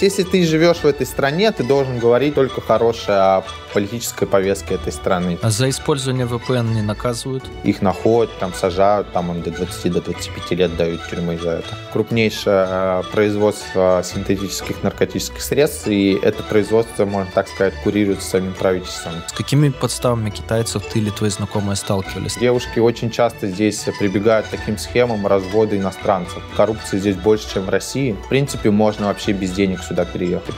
Если ты живешь в этой стране, ты должен говорить только хорошее о политической повестке этой страны. А за использование VPN не наказывают? Их находят, там сажают, там им до 20-25 лет дают тюрьмы за это. Крупнейшее производство синтетических наркотических средств, и это производство, можно так сказать, курируется самим правительством. С какими подставами китайцев ты или твои знакомые сталкивались? Девушки очень часто здесь прибегают к таким схемам развода иностранцев. Коррупции здесь больше, чем в России. В принципе, можно вообще без денег сюда переехать.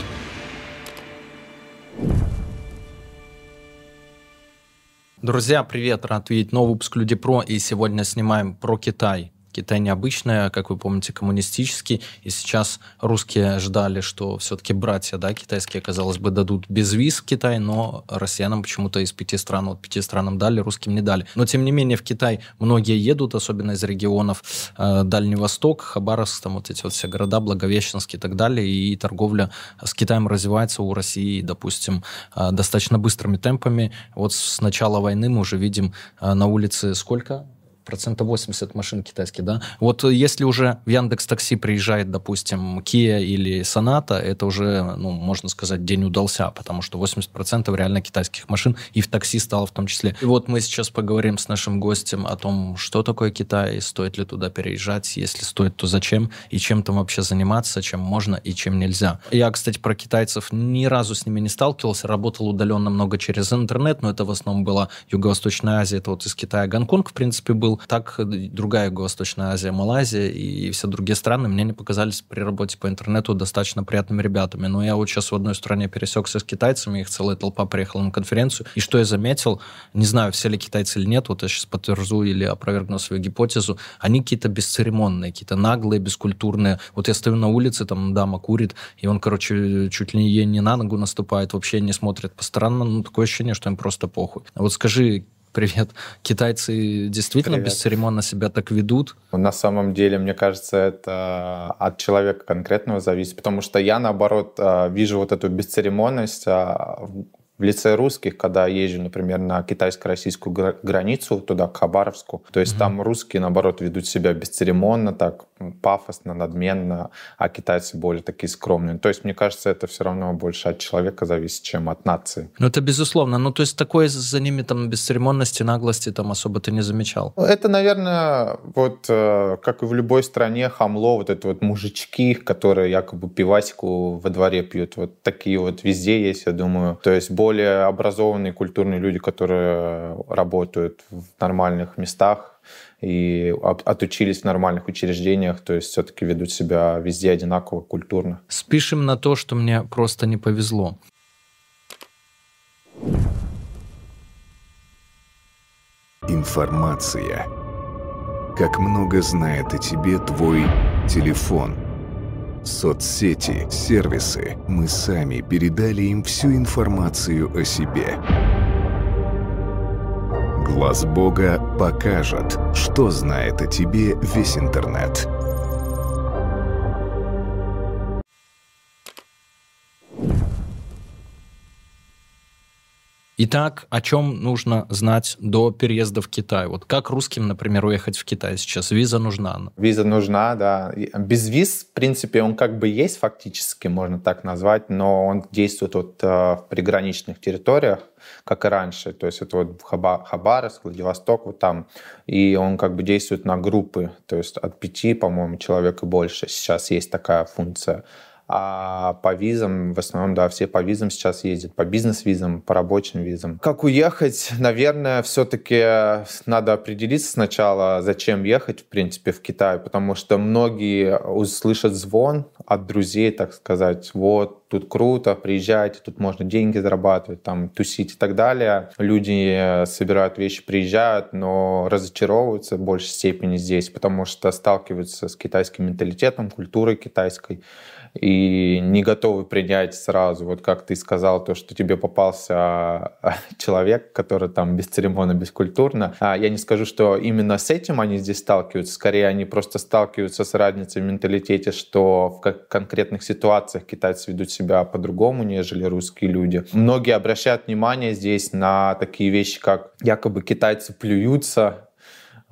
Друзья, привет! Рад видеть новый выпуск Люди Про, и сегодня снимаем про Китай. Китай необычный, как вы помните, коммунистический, и сейчас русские ждали, что все-таки братья, да, китайские, казалось бы, дадут без виз в Китай, но россиянам почему-то из 5 стран, вот 5 странам дали, русским не дали. Но, тем не менее, в Китай многие едут, особенно из регионов Дальний Восток, Хабаровск, там вот эти вот все города, Благовещенск и так далее, и торговля с Китаем развивается у России, допустим, достаточно быстрыми темпами. Вот с начала войны мы уже видим на улице сколько? 80% машин китайских, да? Вот если уже в Яндекс.Такси приезжает, допустим, Kia или Sonata, это уже, ну, можно сказать, день удался, потому что 80% реально китайских машин, и в такси стало в том числе. И вот мы сейчас поговорим с нашим гостем о том, что такое Китай, стоит ли туда переезжать, если стоит, то зачем, и чем там вообще заниматься, чем можно и чем нельзя. Я, кстати, про китайцев ни разу с ними не сталкивался, работал удаленно много через интернет, но это в основном была Юго-Восточная Азия, это вот из Китая Гонконг, в принципе, был. Так другая Юго-Восточная Азия, Малайзия и все другие страны мне не показались при работе по интернету достаточно приятными ребятами. Но я вот сейчас в одной стране пересекся с китайцами, их целая толпа приехала на конференцию. И что я заметил, не знаю, все ли китайцы или нет, вот я сейчас подтвержу или опровергну свою гипотезу, они какие-то бесцеремонные, какие-то наглые, бескультурные. Вот я стою на улице, там дама курит, и он, короче, чуть ли ей не на ногу наступает, вообще не смотрит по сторонам. Ну, такое ощущение, что им просто похуй. А вот скажи, привет. Китайцы действительно бесцеремонно себя так ведут? На самом деле, мне кажется, это от человека конкретного зависит, потому что я, наоборот, вижу вот эту бесцеремонность в лице русских, когда езжу, например, на китайско-российскую границу, туда, к Хабаровску. То есть там русские, наоборот, ведут себя бесцеремонно, так пафосно, надменно, а китайцы более такие скромные. То есть, мне кажется, это все равно больше от человека зависит, чем от нации. Ну, это безусловно. Ну, то есть, такой за ними там бесцеремонности, наглости там особо ты не замечал? Это, наверное, вот как и в любой стране, хамло, вот это вот мужички, которые якобы пивасику во дворе пьют. Вот такие вот везде есть, я думаю. То есть, более образованные культурные люди, которые работают в нормальных местах и отучились в нормальных учреждениях, то есть все-таки ведут себя везде одинаково, культурно. Спишем на то, что мне просто не повезло. Информация. Как много знает о тебе твой телефон. Соцсети, сервисы. Мы сами передали им всю информацию о себе. Глаз Бога покажет, что знает о тебе весь интернет. Итак, о чем нужно знать до переезда в Китай? Вот как русским, например, уехать в Китай сейчас? Виза нужна? Виза нужна, да. Без виз, в принципе, он как бы есть фактически, можно так назвать, но он действует вот в приграничных территориях, как и раньше. То есть это вот Хабаровск, Владивосток, вот там. И он как бы действует на группы, то есть от 5, по-моему, человек и больше. Сейчас есть такая функция. А по визам, в основном, да, все по визам сейчас ездят, по бизнес-визам, по рабочим визам. Как уехать? Наверное, все-таки надо определиться сначала, зачем ехать, в принципе, в Китай, потому что многие услышат звон от друзей, так сказать, вот, тут круто, приезжайте, тут можно деньги зарабатывать, там, тусить и так далее. Люди собирают вещи, приезжают, но разочаровываются в большей степени здесь, потому что сталкиваются с китайским менталитетом, культурой китайской, и не готовы принять сразу, вот как ты сказал, то, что тебе попался человек, который там бесцеремонно, бескультурно. Я не скажу, что именно с этим они здесь сталкиваются, скорее они просто сталкиваются с разницей в менталитете, что в конкретных ситуациях китайцы ведут себя по-другому, нежели русские люди. Многие обращают внимание здесь на такие вещи, как якобы китайцы плюются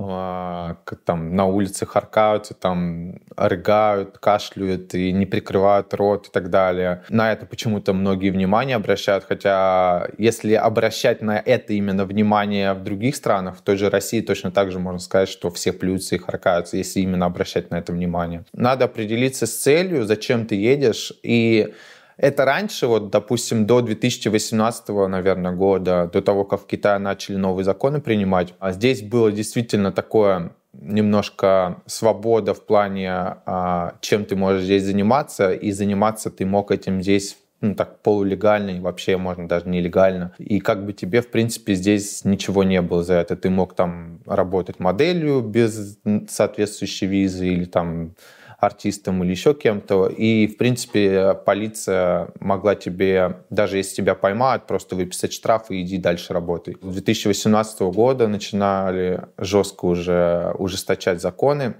там на улице харкаются, там рыгают, кашляют и не прикрывают рот и так далее. На это почему-то многие внимание обращают, хотя если обращать на это именно внимание в других странах, в той же России точно так же можно сказать, что все плюются и харкаются, если именно обращать на это внимание. Надо определиться с целью, зачем ты едешь, и это раньше, вот, допустим, до 2018, наверное, года, до того, как в Китае начали новые законы принимать, а здесь было действительно такое немножко свобода в плане, чем ты можешь здесь заниматься, и заниматься ты мог этим здесь так полулегально, и вообще, можно даже нелегально. И как бы тебе, в принципе, здесь ничего не было за это. Ты мог там работать моделью без соответствующей визы или там артистом или еще кем-то. И, в принципе, полиция могла тебе, даже если тебя поймают, просто выписать штраф и иди дальше работай. С 2018 года начинали жестко уже ужесточать законы.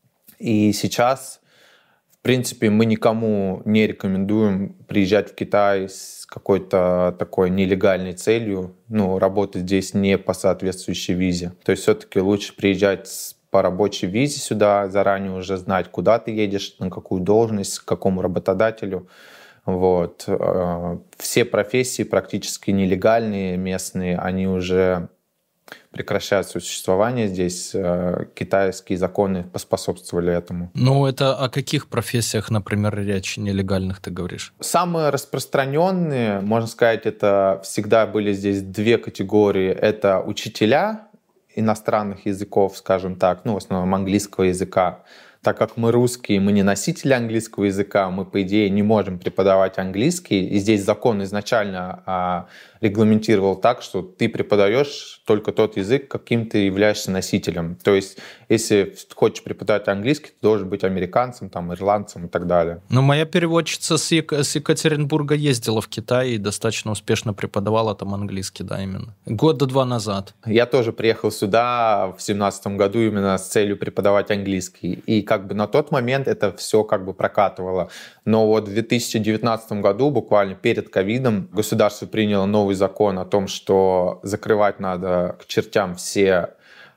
И сейчас, в принципе, мы никому не рекомендуем приезжать в Китай с какой-то такой нелегальной целью, работать здесь не по соответствующей визе. То есть все-таки лучше приезжать по рабочей визе сюда, заранее уже знать, куда ты едешь, на какую должность, к какому работодателю. Вот. Все профессии практически нелегальные, местные, они уже прекращают свое существование здесь. Китайские законы поспособствовали этому. Это о каких профессиях, например, речь нелегальных ты говоришь? Самые распространенные, можно сказать, это всегда были здесь две категории. Это учителя иностранных языков, скажем так, в основном английского языка. Так как мы русские, мы не носители английского языка, мы, по идее, не можем преподавать английский. И здесь закон изначально регламентировал так, что ты преподаешь только тот язык, каким ты являешься носителем. То есть, если хочешь преподавать английский, ты должен быть американцем, там, ирландцем и так далее. Моя переводчица с Екатеринбурга ездила в Китай и достаточно успешно преподавала там английский, да, именно. 2 года назад. Я тоже приехал сюда в 2017 году именно с целью преподавать английский. И как бы на тот момент это все как бы прокатывало. Но вот в 2019 году, буквально перед ковидом, государство приняло новый закон о том, что закрывать надо к чертям все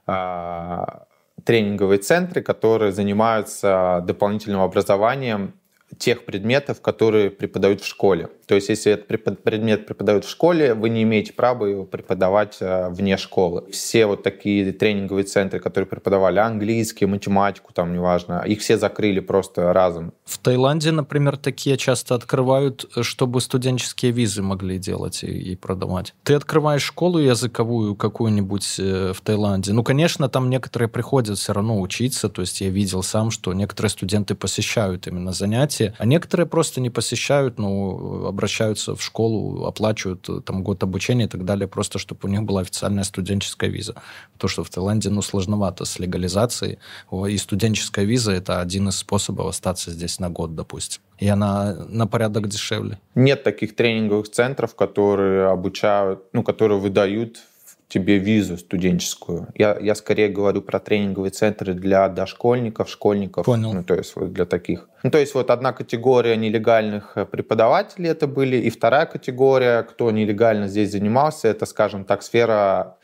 тренинговые центры, которые занимаются дополнительным образованием тех предметов, которые преподают в школе. То есть, если этот предмет преподают в школе, вы не имеете права его преподавать вне школы. Все вот такие тренинговые центры, которые преподавали английский, математику, там, неважно, их все закрыли просто разом. В Таиланде, например, такие часто открывают, чтобы студенческие визы могли делать и продавать. Ты открываешь школу языковую какую-нибудь в Таиланде. Конечно, там некоторые приходят все равно учиться. То есть я видел сам, что некоторые студенты посещают именно занятия, а некоторые просто не посещают, обращаются в школу, оплачивают там год обучения и так далее, просто чтобы у них была официальная студенческая виза. Потому что в Таиланде, сложновато с легализацией. И студенческая виза — это один из способов остаться здесь на год, допустим. И она на порядок дешевле. Нет таких тренинговых центров, которые обучают, которые выдают тебе визу студенческую. Я скорее говорю про тренинговые центры для дошкольников, школьников. Понял. То есть вот для таких. То есть вот одна категория нелегальных преподавателей это были, и вторая категория, кто нелегально здесь занимался, это, скажем так, сфера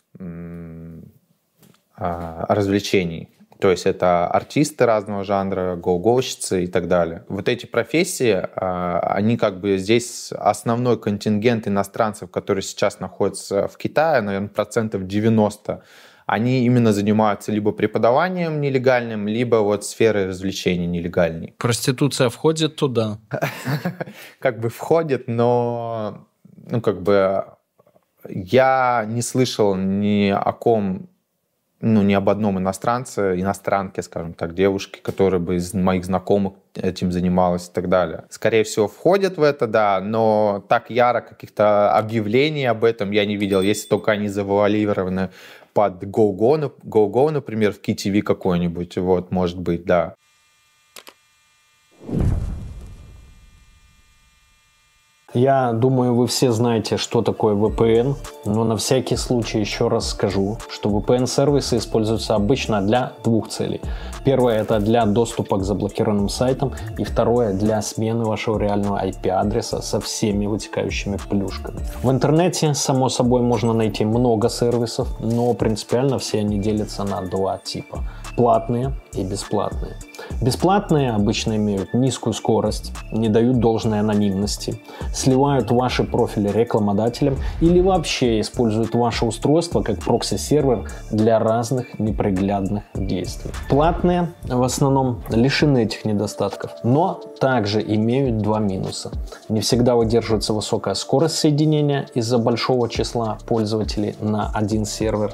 развлечений. То есть это артисты разного жанра, гоу-гоущицы и так далее. Вот эти профессии, они как бы здесь основной контингент иностранцев, которые сейчас находятся в Китае, наверное, 90%, они именно занимаются либо преподаванием нелегальным, либо вот сферой развлечений нелегальной. Проституция входит туда? Как бы входит, но я не слышал ни о ком, ни об одном иностранке, скажем так, девушке, которая бы из моих знакомых этим занималась и так далее. Скорее всего, входят в это, да, но так яро каких-то объявлений об этом я не видел, если только они завуалированы под Go-Go, например, в KTV какой-нибудь, вот, может быть, да. Я думаю, вы все знаете, что такое VPN, но на всякий случай еще раз скажу, что VPN-сервисы используются обычно для двух целей. Первое – это для доступа к заблокированным сайтам, и второе – для смены вашего реального IP-адреса со всеми вытекающими плюшками. В интернете, само собой, можно найти много сервисов, но принципиально все они делятся на два типа – платные и бесплатные. Бесплатные обычно имеют низкую скорость, не дают должной анонимности, сливают ваши профили рекламодателям или вообще используют ваше устройство как прокси-сервер для разных неприглядных действий. Платные в основном лишены этих недостатков, но также имеют два минуса. Не всегда выдерживается высокая скорость соединения из-за большого числа пользователей на один сервер,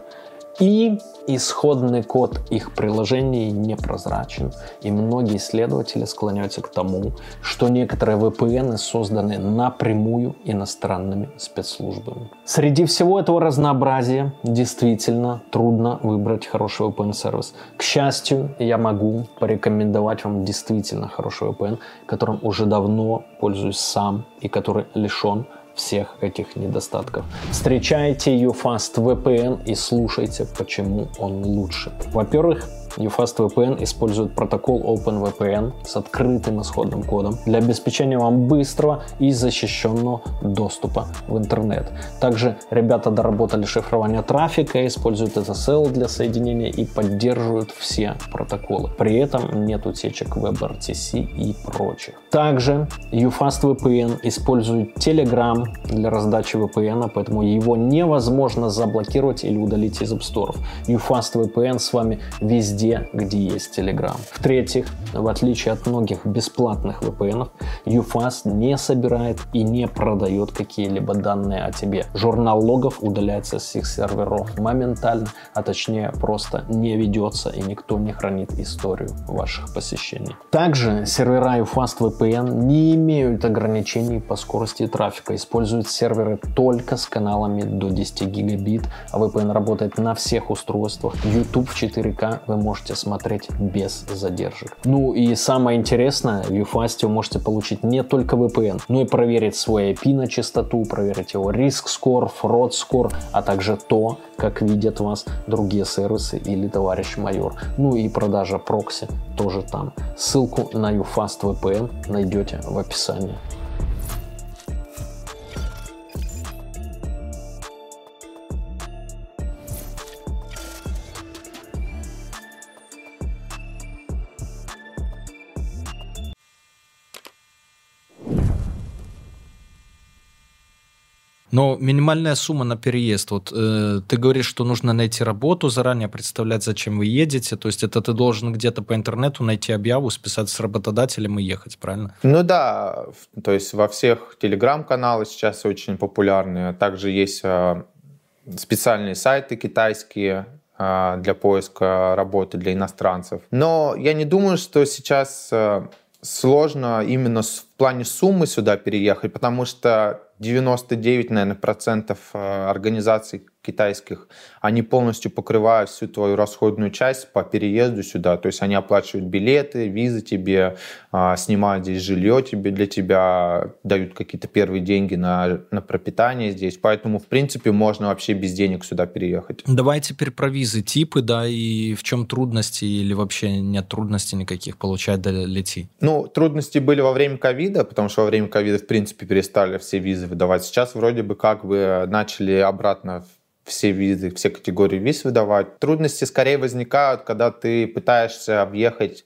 и исходный код их приложений непрозрачен, и многие исследователи склоняются к тому, что некоторые VPN созданы напрямую иностранными спецслужбами. Среди всего этого разнообразия действительно трудно выбрать хороший VPN-сервис. К счастью, я могу порекомендовать вам действительно хороший VPN, которым уже давно пользуюсь сам и который лишен всех этих недостатков. Встречайте UFast VPN и слушайте, почему он лучше. Во-первых, UFast VPN использует протокол OpenVPN с открытым исходным кодом для обеспечения вам быстрого и защищенного доступа в интернет. Также ребята доработали шифрование трафика, используют SSL для соединения и поддерживают все протоколы. При этом нет утечек WebRTC и прочих. Также UFast VPN использует Telegram для раздачи VPN, поэтому его невозможно заблокировать или удалить из App Store. UFast VPN с вами везде, где есть Telegram. В-третьих, в отличие от многих бесплатных VPN, UFast не собирает и не продает какие-либо данные о тебе. Журнал логов удаляется с их серверов моментально, а точнее просто не ведется, и никто не хранит историю ваших посещений. Также сервера UFast VPN не имеют ограничений по скорости трафика, используют серверы только с каналами до 10 гигабит, а VPN работает на всех устройствах. YouTube в 4К вы можете смотреть без задержек. Ну и самое интересное, в UFast вы можете получить не только VPN, но и проверить свой IP на чистоту, проверить его Risk Score, Fraud Score, а также то, как видят вас другие сервисы или товарищ майор. Ну и продажа прокси тоже там. Ссылку на UFast VPN найдете в описании. Но минимальная сумма на переезд. Вот ты говоришь, что нужно найти работу, заранее представлять, зачем вы едете. То есть это ты должен где-то по интернету найти объяву, списаться с работодателем и ехать, правильно? Ну да, то есть во всех телеграм-каналах сейчас очень популярны. Также есть специальные сайты китайские для поиска работы для иностранцев. Но я не думаю, что сейчас сложно именно в плане суммы сюда переехать, потому что 99, наверное, процентов организаций китайских, они полностью покрывают всю твою расходную часть по переезду сюда. То есть они оплачивают билеты, визы тебе, снимают здесь жилье тебе, для тебя, дают какие-то первые деньги на пропитание здесь. Поэтому, в принципе, можно вообще без денег сюда переехать. Давай теперь про визы, типы, да, и в чем трудности или вообще нет трудностей никаких получать, долети? Ну, трудности были во время ковида, потому что во время ковида, в принципе, перестали все визы выдавать. Сейчас вроде бы как бы начали обратно все визы, все категории виз выдавать. Трудности скорее возникают, когда ты пытаешься объехать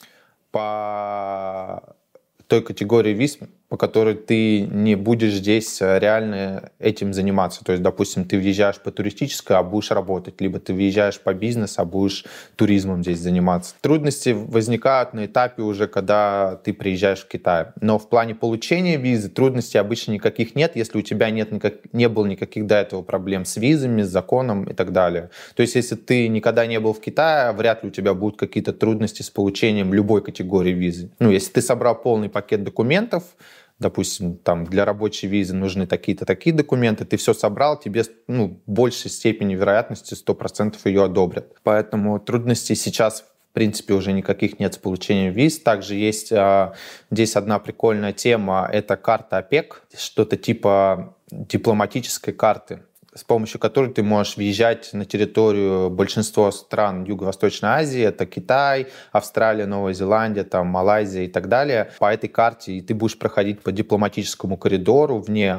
по той категории виз, по которой ты не будешь здесь реально этим заниматься. То есть, допустим, ты въезжаешь по туристической, а будешь работать, либо ты въезжаешь по бизнесу, а будешь туризмом здесь заниматься. Трудности возникают на этапе уже, когда ты приезжаешь в Китай. Но в плане получения визы трудностей обычно никаких нет, если у тебя не было никаких до этого проблем с визами, с законом и так далее. То есть, если ты никогда не был в Китае, вряд ли у тебя будут какие-то трудности с получением любой категории визы. Ну, если ты собрал полный пакет документов, допустим, там для рабочей визы нужны такие-то такие документы, ты все собрал, тебе в большей степени вероятности 100% ее одобрят. Поэтому трудностей сейчас в принципе, уже никаких нет с получением виз. Также есть здесь одна прикольная тема, это карта ОПЕК, что-то типа дипломатической карты, с помощью которой ты можешь въезжать на территорию большинства стран Юго-Восточной Азии. Это Китай, Австралия, Новая Зеландия, там, Малайзия и так далее. По этой карте и ты будешь проходить по дипломатическому коридору вне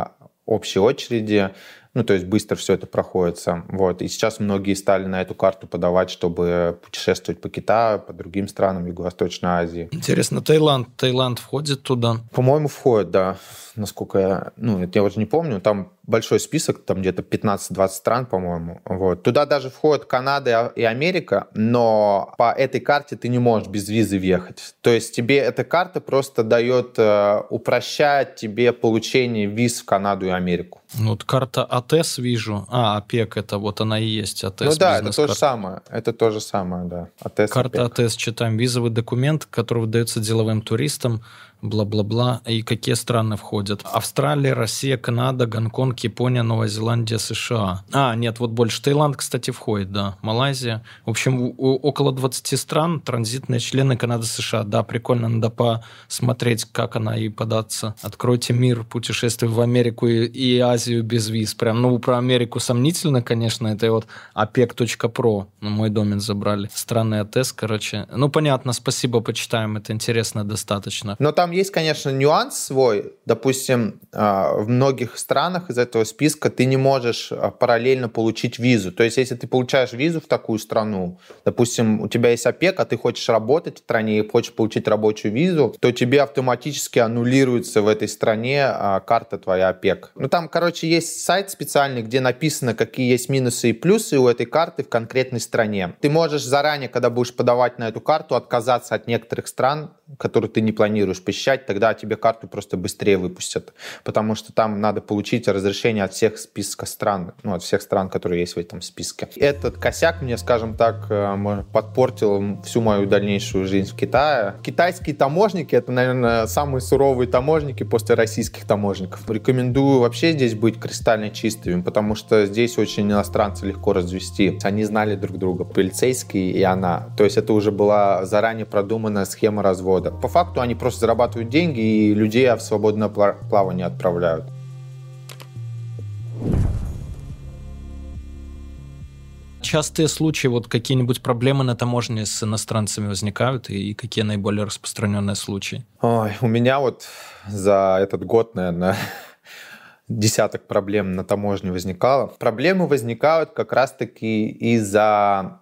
общей очереди. Ну, то есть быстро все это проходится. Вот. И сейчас многие стали на эту карту подавать, чтобы путешествовать по Китаю, по другим странам Юго-Восточной Азии. Интересно, Таиланд входит туда? По-моему, входит, да. Насколько я... Ну, я уже не помню. Там большой список, там где-то 15-20 стран, по-моему. Вот. Туда даже входит Канада и Америка, но по этой карте ты не можешь без визы въехать. То есть тебе эта карта просто дает, упрощает тебе получение виз в Канаду и Америку. Вот карта АТЭС вижу. ОПЕК, это вот она и есть. АТЭС, ну да, это то же самое. Это то же самое, да. АТЭС, карта ОПЕК. АТЭС, читаем. Визовый документ, который выдается деловым туристам, бла-бла-бла. И какие страны входят? Австралия, Россия, Канада, Гонконг, Япония, Новая Зеландия, США. Нет, вот больше. Таиланд, кстати, входит, да. Малайзия. В общем, около 20 стран, транзитные члены Канады, США. Да, прикольно, надо посмотреть, как она и податься. Откройте мир, путешествие в Америку и Азию без виз. Прям, ну, про Америку сомнительно, конечно. Это вот opec.pro. Мой домен забрали. Страны АТЭС, короче. Ну, понятно, спасибо, почитаем. Это интересно достаточно. Но там есть, конечно, нюанс свой. Допустим, в многих странах из этого списка ты не можешь параллельно получить визу. То есть, если ты получаешь визу в такую страну, допустим, у тебя есть ОПЕК, а ты хочешь работать в стране и хочешь получить рабочую визу, то тебе автоматически аннулируется в этой стране карта твоя ОПЕК. Ну, там, короче, есть сайт специальный, где написано, какие есть минусы и плюсы у этой карты в конкретной стране. Ты можешь заранее, когда будешь подавать на эту карту, отказаться от некоторых стран, которые ты не планируешь посещать, тогда тебе карту просто быстрее выпустят, потому что там надо получить разрешение от всех списка стран, ну, от всех стран, которые есть в этом списке. Этот косяк мне, скажем так, подпортил всю мою дальнейшую жизнь в Китае. Китайские таможники — это, наверное, самые суровые таможники после российских таможников. Рекомендую вообще здесь быть кристально чистыми, потому что здесь очень иностранцы легко развести. Они знали друг друга, полицейский и она. То есть это уже была заранее продуманная схема развода. По факту они просто зарабатывают деньги и людей в свободное плавание отправляют. Частые случаи, вот какие-нибудь проблемы на таможне с иностранцами возникают, и какие наиболее распространенные случаи? Ой, у меня вот за этот год, наверное, десяток проблем на таможне возникало. Проблемы возникают как раз-таки из-за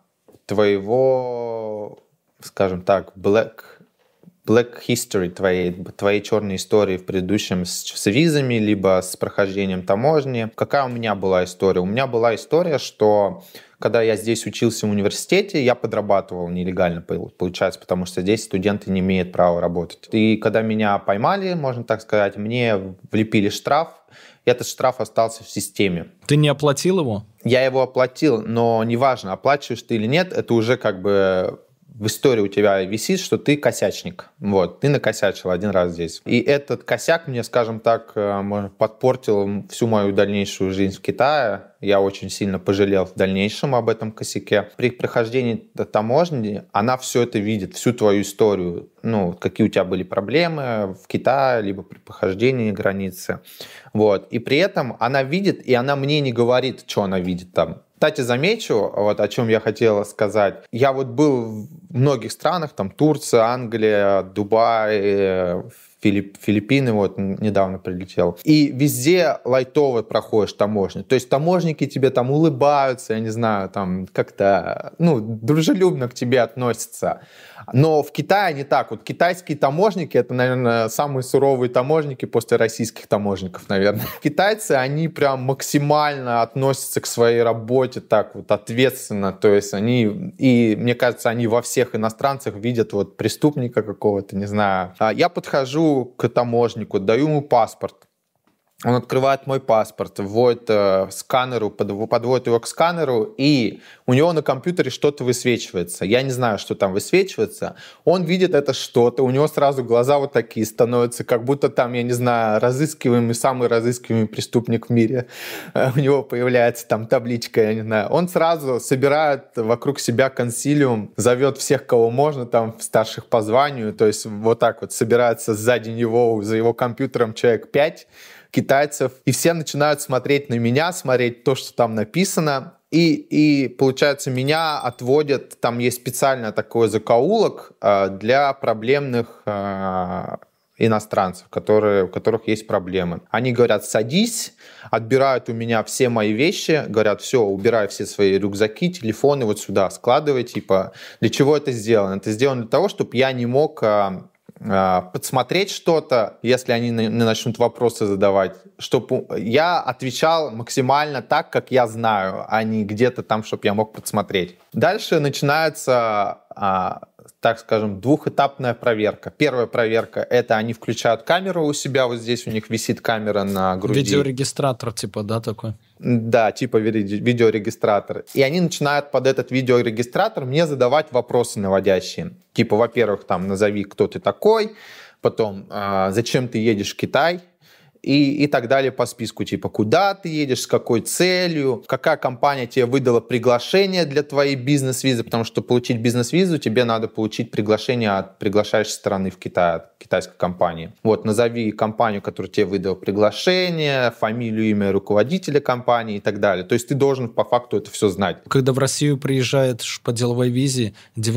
твоего, скажем так, black history, твоей черной истории в предыдущем с визами, либо с прохождением таможни. Какая у меня была история? У меня была история, что когда я здесь учился в университете, я подрабатывал нелегально, получается, потому что здесь студенты не имеют права работать. И когда меня поймали, можно так сказать, мне влепили штраф, и этот штраф остался в системе. Ты не оплатил его? Я его оплатил, но неважно, оплачиваешь ты или нет, это уже как бы в истории у тебя висит, что ты косячник. Вот, ты накосячил один раз здесь. И этот косяк мне, скажем так, подпортил всю мою дальнейшую жизнь в Китае. Я очень сильно пожалел в дальнейшем об этом косяке. При прохождении таможни она все это видит, всю твою историю. Ну, какие у тебя были проблемы в Китае, либо при прохождении границы. Вот. И при этом она видит, и она мне не говорит, что она видит там. Кстати, замечу, вот о чем я хотел сказать. Я вот был в многих странах, там Турция, Англия, Дубай, Филиппины, вот недавно прилетел. И везде лайтово проходишь таможню. То есть таможники тебе там улыбаются, я не знаю, там как-то, ну, дружелюбно к тебе относятся. Но в Китае не так. Вот китайские таможники — это, наверное, самые суровые таможники после российских таможников, наверное. Китайцы, они прям максимально относятся к своей работе так вот ответственно. То есть они, и мне кажется, они во всех иностранцах видят вот преступника какого-то, не знаю. Я подхожу к таможнику, даю ему паспорт. Он открывает мой паспорт, вводит сканеру, подводит его к сканеру, и у него на компьютере что-то высвечивается. Я не знаю, что там высвечивается. Он видит это что-то, у него сразу глаза вот такие становятся, как будто там, я не знаю, самый разыскиваемый преступник в мире. У него появляется там табличка, я не знаю. Он сразу собирает вокруг себя консилиум, зовет всех, кого можно, там, старших по званию, то есть вот так вот собирается сзади него, за его компьютером человек 5 китайцев, и все начинают смотреть на меня, смотреть то, что там написано, и получается, меня отводят, там есть специально такой закоулок для проблемных иностранцев, у которых есть проблемы. Они говорят, садись, отбирают у меня все мои вещи, говорят, все, убирай все свои рюкзаки, телефоны вот сюда складывай, типа, для чего это сделано? Это сделано для того, чтобы я не мог подсмотреть что-то, если они начнут вопросы задавать, чтобы я отвечал максимально так, как я знаю, а не где-то там, чтобы я мог подсмотреть. Дальше начинается, так скажем, двухэтапная проверка. Первая проверка — это они включают камеру у себя, вот здесь у них висит камера на груди. Видеорегистратор типа, да, такой? Да, типа видеорегистратор. И они начинают под этот видеорегистратор мне задавать вопросы наводящие. Типа, во-первых, там, назови, кто ты такой, потом, зачем ты едешь в Китай, и так далее по списку. Типа, куда ты едешь, с какой целью, какая компания тебе выдала приглашение для твоей бизнес-визы, потому что получить бизнес-визу тебе надо получить приглашение от приглашающей стороны в Китае, от китайской компании. Вот, назови компанию, которая тебе выдала приглашение, фамилию, имя руководителя компании и так далее. То есть ты должен по факту это все знать. Когда в Россию приезжает по деловой визе,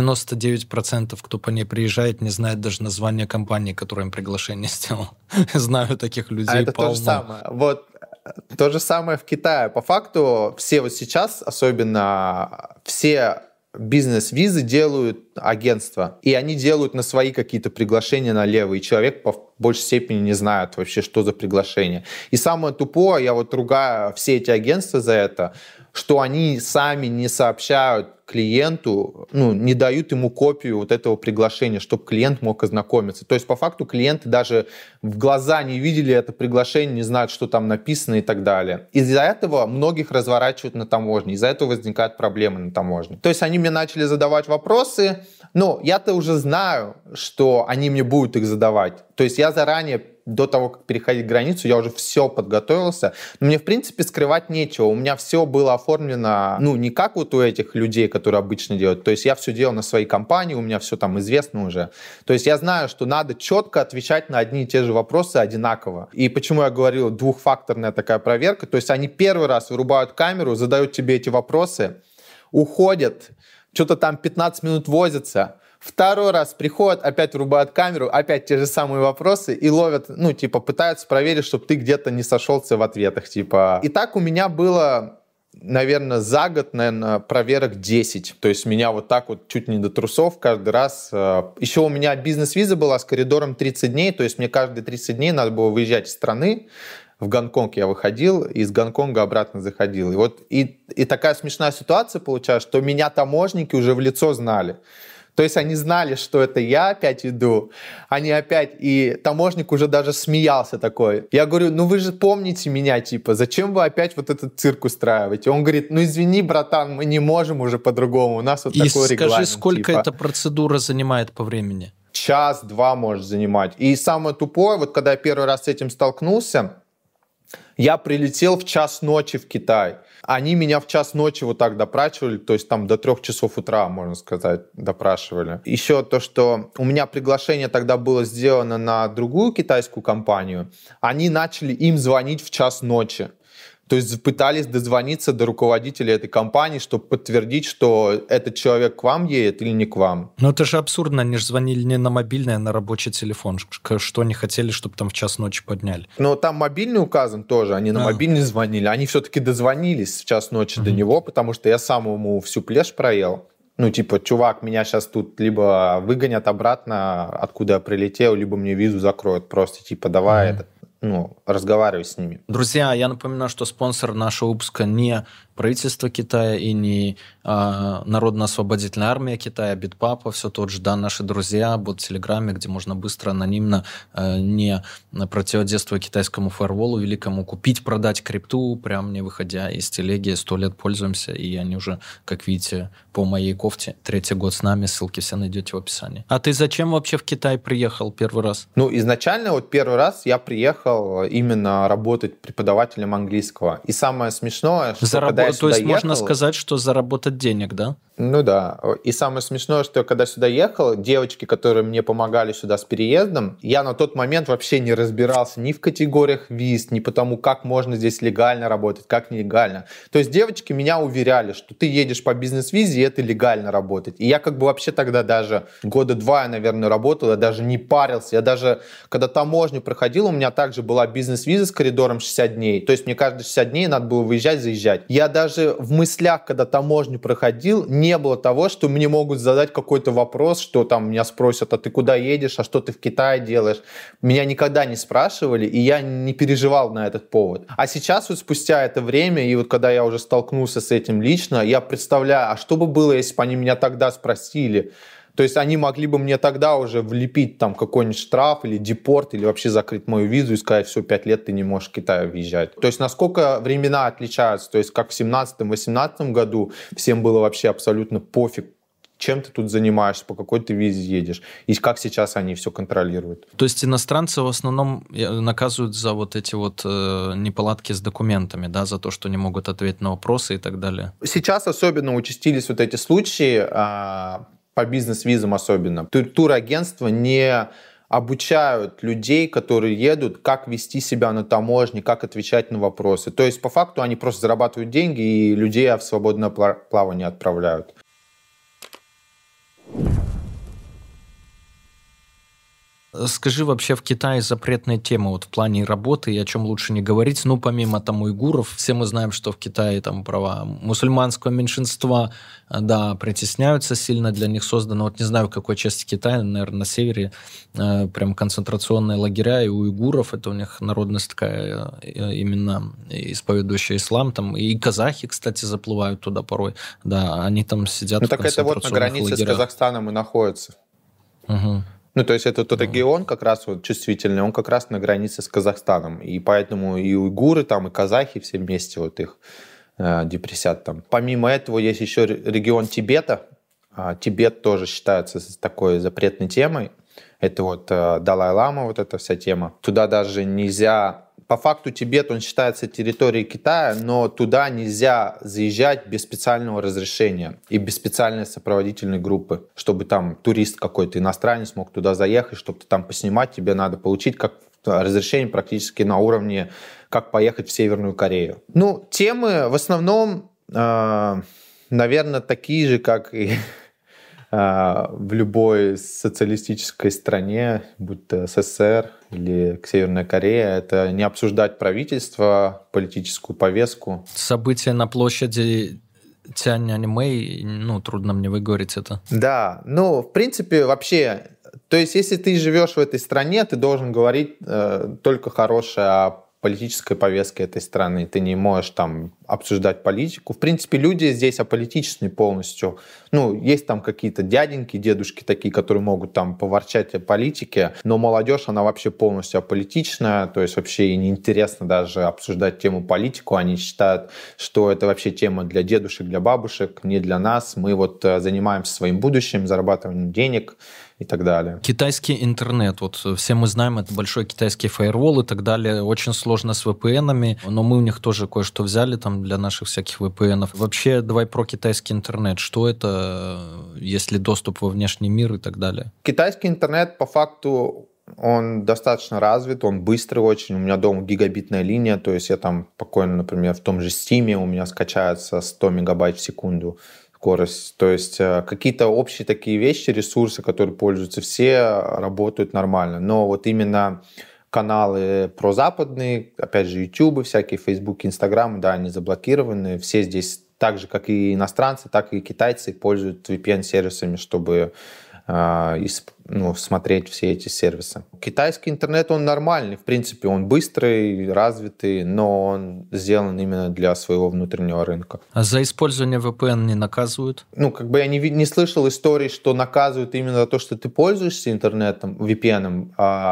99%, кто по ней приезжает, не знает даже название компании, которая им приглашение сделала. Знаю таких людей. Это то же самое. Вот то же самое в Китае. По факту все вот сейчас, особенно все бизнес-визы делают агентства. И они делают на свои какие-то приглашения налево. И человек по большей степени не знает вообще, что за приглашение. И самое тупое, я вот ругаю все эти агентства за это, что они сами не сообщают клиенту, не дают ему копию вот этого приглашения, чтобы клиент мог ознакомиться. То есть, по факту, клиенты даже в глаза не видели это приглашение, не знают, что там написано и так далее. Из-за этого многих разворачивают на таможне, из-за этого возникают проблемы на таможне. То есть, они мне начали задавать вопросы, но я-то уже знаю, что они мне будут их задавать. То есть, я заранее, до того, как переходить границу, я уже все подготовился. Но мне, в принципе, скрывать нечего. У меня все было оформлено, не как вот у этих людей, которые обычно делают. То есть я все делал на своей компании, у меня все там известно уже. То есть я знаю, что надо четко отвечать на одни и те же вопросы одинаково. И почему я говорил, двухфакторная такая проверка. То есть они первый раз вырубают камеру, задают тебе эти вопросы, уходят, что-то там 15 минут возятся, второй раз приходят, опять врубают камеру, опять те же самые вопросы и ловят, пытаются проверить, чтобы ты где-то не сошелся в ответах, типа. И так у меня было, наверное, за год, проверок 10. То есть меня вот так вот чуть не до трусов каждый раз. Еще у меня бизнес-виза была с коридором 30 дней, то есть мне каждые 30 дней надо было выезжать из страны. В Гонконг я выходил, из Гонконга обратно заходил. И вот и такая смешная ситуация получалась, что меня таможники уже в лицо знали. То есть они знали, что это я опять иду, они опять, и таможник уже даже смеялся такой. Я говорю, вы же помните меня, зачем вы опять вот этот цирк устраиваете? Он говорит, извини, братан, мы не можем уже по-другому, у нас вот такой регламент. И скажи, сколько эта процедура занимает по времени? Час-два может занимать. И самое тупое, вот когда я первый раз с этим столкнулся, я прилетел в 1:00 ночи в Китай. Они меня в 1:00 ночи вот так допрашивали, то есть там до 3 часов утра, можно сказать, допрашивали. Еще то, что у меня приглашение тогда было сделано на другую китайскую компанию, они начали им звонить в 1:00 ночи. То есть пытались дозвониться до руководителя этой компании, чтобы подтвердить, что этот человек к вам едет или не к вам. Но это же абсурдно, они же звонили не на мобильный, а на рабочий телефон. Что они хотели, чтобы там в 1:00 ночи подняли? Но там мобильный указан тоже, они на мобильный звонили. Они все-таки дозвонились в 1:00 ночи до него, потому что я сам ему всю плешь проел. Чувак, меня сейчас тут либо выгонят обратно, откуда я прилетел, либо мне визу закроют. Просто давай разговаривай с ними. Друзья, я напоминаю, что спонсор нашего выпуска не правительство Китая, и не Народно-освободительная армия Китая, Битпапа, все тот же, да, наши друзья, бот в Телеграме, где можно быстро, анонимно, не противодействуя китайскому фаерволу великому, купить, продать крипту, прям не выходя из телеги, 100 лет пользуемся, и они уже, как видите, по моей кофте, 3-й год с нами, ссылки все найдете в описании. А ты зачем вообще в Китай приехал первый раз? Ну, изначально вот первый раз я приехал именно работать преподавателем английского. И самое смешное, что когда я сюда То есть ехал... можно сказать, что заработать денег, да? Ну да. И самое смешное, что когда сюда ехал, девочки, которые мне помогали сюда с переездом, я на тот момент вообще не разбирался ни в категориях виз, ни потому, как можно здесь легально работать, как нелегально. То есть девочки меня уверяли, что ты едешь по бизнес-визе, и это легально работать. И я как бы вообще тогда даже года 2, я, наверное, работал, я даже не парился. Я даже, когда таможню проходил, у меня также была бизнес-виза с коридором 60 дней. То есть мне каждые 60 дней надо было выезжать, заезжать. Я даже в мыслях, когда таможню проходил, не было того, что мне могут задать какой-то вопрос, что там меня спросят, а ты куда едешь, а что ты в Китае делаешь. Меня никогда не спрашивали, и я не переживал на этот повод. А сейчас вот спустя это время, и вот когда я уже столкнулся с этим лично, я представляю, а что бы было, если бы они меня тогда спросили? То есть они могли бы мне тогда уже влепить там какой-нибудь штраф или депорт, или вообще закрыть мою визу и сказать, все, 5 лет ты не можешь в Китай въезжать. То есть насколько времена отличаются. То есть как в 17-18 году всем было вообще абсолютно пофиг, чем ты тут занимаешься, по какой ты визе едешь, и как сейчас они все контролируют. То есть иностранцы в основном наказывают за вот эти вот неполадки с документами, да, за то, что не могут ответить на вопросы и так далее? Сейчас особенно участились вот эти случаи, по бизнес-визам особенно. Турагентства не обучают людей, которые едут, как вести себя на таможне, как отвечать на вопросы. То есть по факту они просто зарабатывают деньги и людей в свободное плавание отправляют. Скажи, вообще в Китае запретная тема вот в плане работы, и о чем лучше не говорить, ну, помимо там уйгуров, все мы знаем, что в Китае там права мусульманского меньшинства, да, притесняются сильно, для них создано, вот не знаю, в какой части Китая, наверное, на севере, прям концентрационные лагеря, и у уйгуров, это у них народность такая, именно исповедующая ислам, там, и казахи, кстати, заплывают туда порой, да, они там сидят в концентрационных лагерях. Ну, так это вот на границе с Казахстаном и находится. Угу. Ну, то есть это тот регион как раз вот чувствительный, он как раз на границе с Казахстаном. И поэтому и уйгуры там, и казахи все вместе вот их депрессят там. Помимо этого есть еще регион Тибета. Тибет тоже считается такой запретной темой. Это вот Далай-лама, вот эта вся тема. Туда даже нельзя... По факту Тибет, он считается территорией Китая, но туда нельзя заезжать без специального разрешения и без специальной сопроводительной группы, чтобы там турист какой-то, иностранец мог туда заехать, чтобы там поснимать, тебе надо получить как разрешение практически на уровне, как поехать в Северную Корею. Ну, темы в основном, наверное, такие же, как и в любой социалистической стране, будь то СССР или Северная Корея, это не обсуждать правительство, политическую повестку. События на площади Тяньаньмэнь, ну, трудно мне выговорить это. Да, ну, в принципе, вообще, то есть, если ты живешь в этой стране, ты должен говорить только хорошее о политической повестке этой страны. Ты не можешь там обсуждать политику. В принципе, люди здесь аполитичны полностью. Ну, есть там какие-то дяденьки, дедушки такие, которые могут там поворчать о политике, но молодежь, она вообще полностью аполитичная, то есть вообще ей неинтересно даже обсуждать тему политику. Они считают, что это вообще тема для дедушек, для бабушек, не для нас. Мы вот занимаемся своим будущим, зарабатываем денег и так далее. Китайский интернет. Вот все мы знаем, это большой китайский фаервол и так далее. Очень сложно с VPN-ами, но мы у них тоже кое-что взяли там для наших всяких VPN-ов. Вообще, давай про китайский интернет. Что это, если доступ во внешний мир и так далее? Китайский интернет, по факту, он достаточно развит, он быстрый очень. У меня дома гигабитная линия, то есть я там спокойно, например, в том же Steam у меня скачается 100 мегабайт в секунду скорость. То есть какие-то общие такие вещи, ресурсы, которые пользуются все, работают нормально. Но вот именно каналы прозападные, опять же, YouTube, всякие Facebook, Instagram, да, они заблокированы. Все здесь так же, как и иностранцы, так и китайцы пользуются VPN-сервисами, чтобы смотреть все эти сервисы. Китайский интернет, он нормальный, в принципе, он быстрый, развитый, но он сделан именно для своего внутреннего рынка. А за использование VPN не наказывают? Я не слышал историй, что наказывают именно за то, что ты пользуешься интернетом, VPN,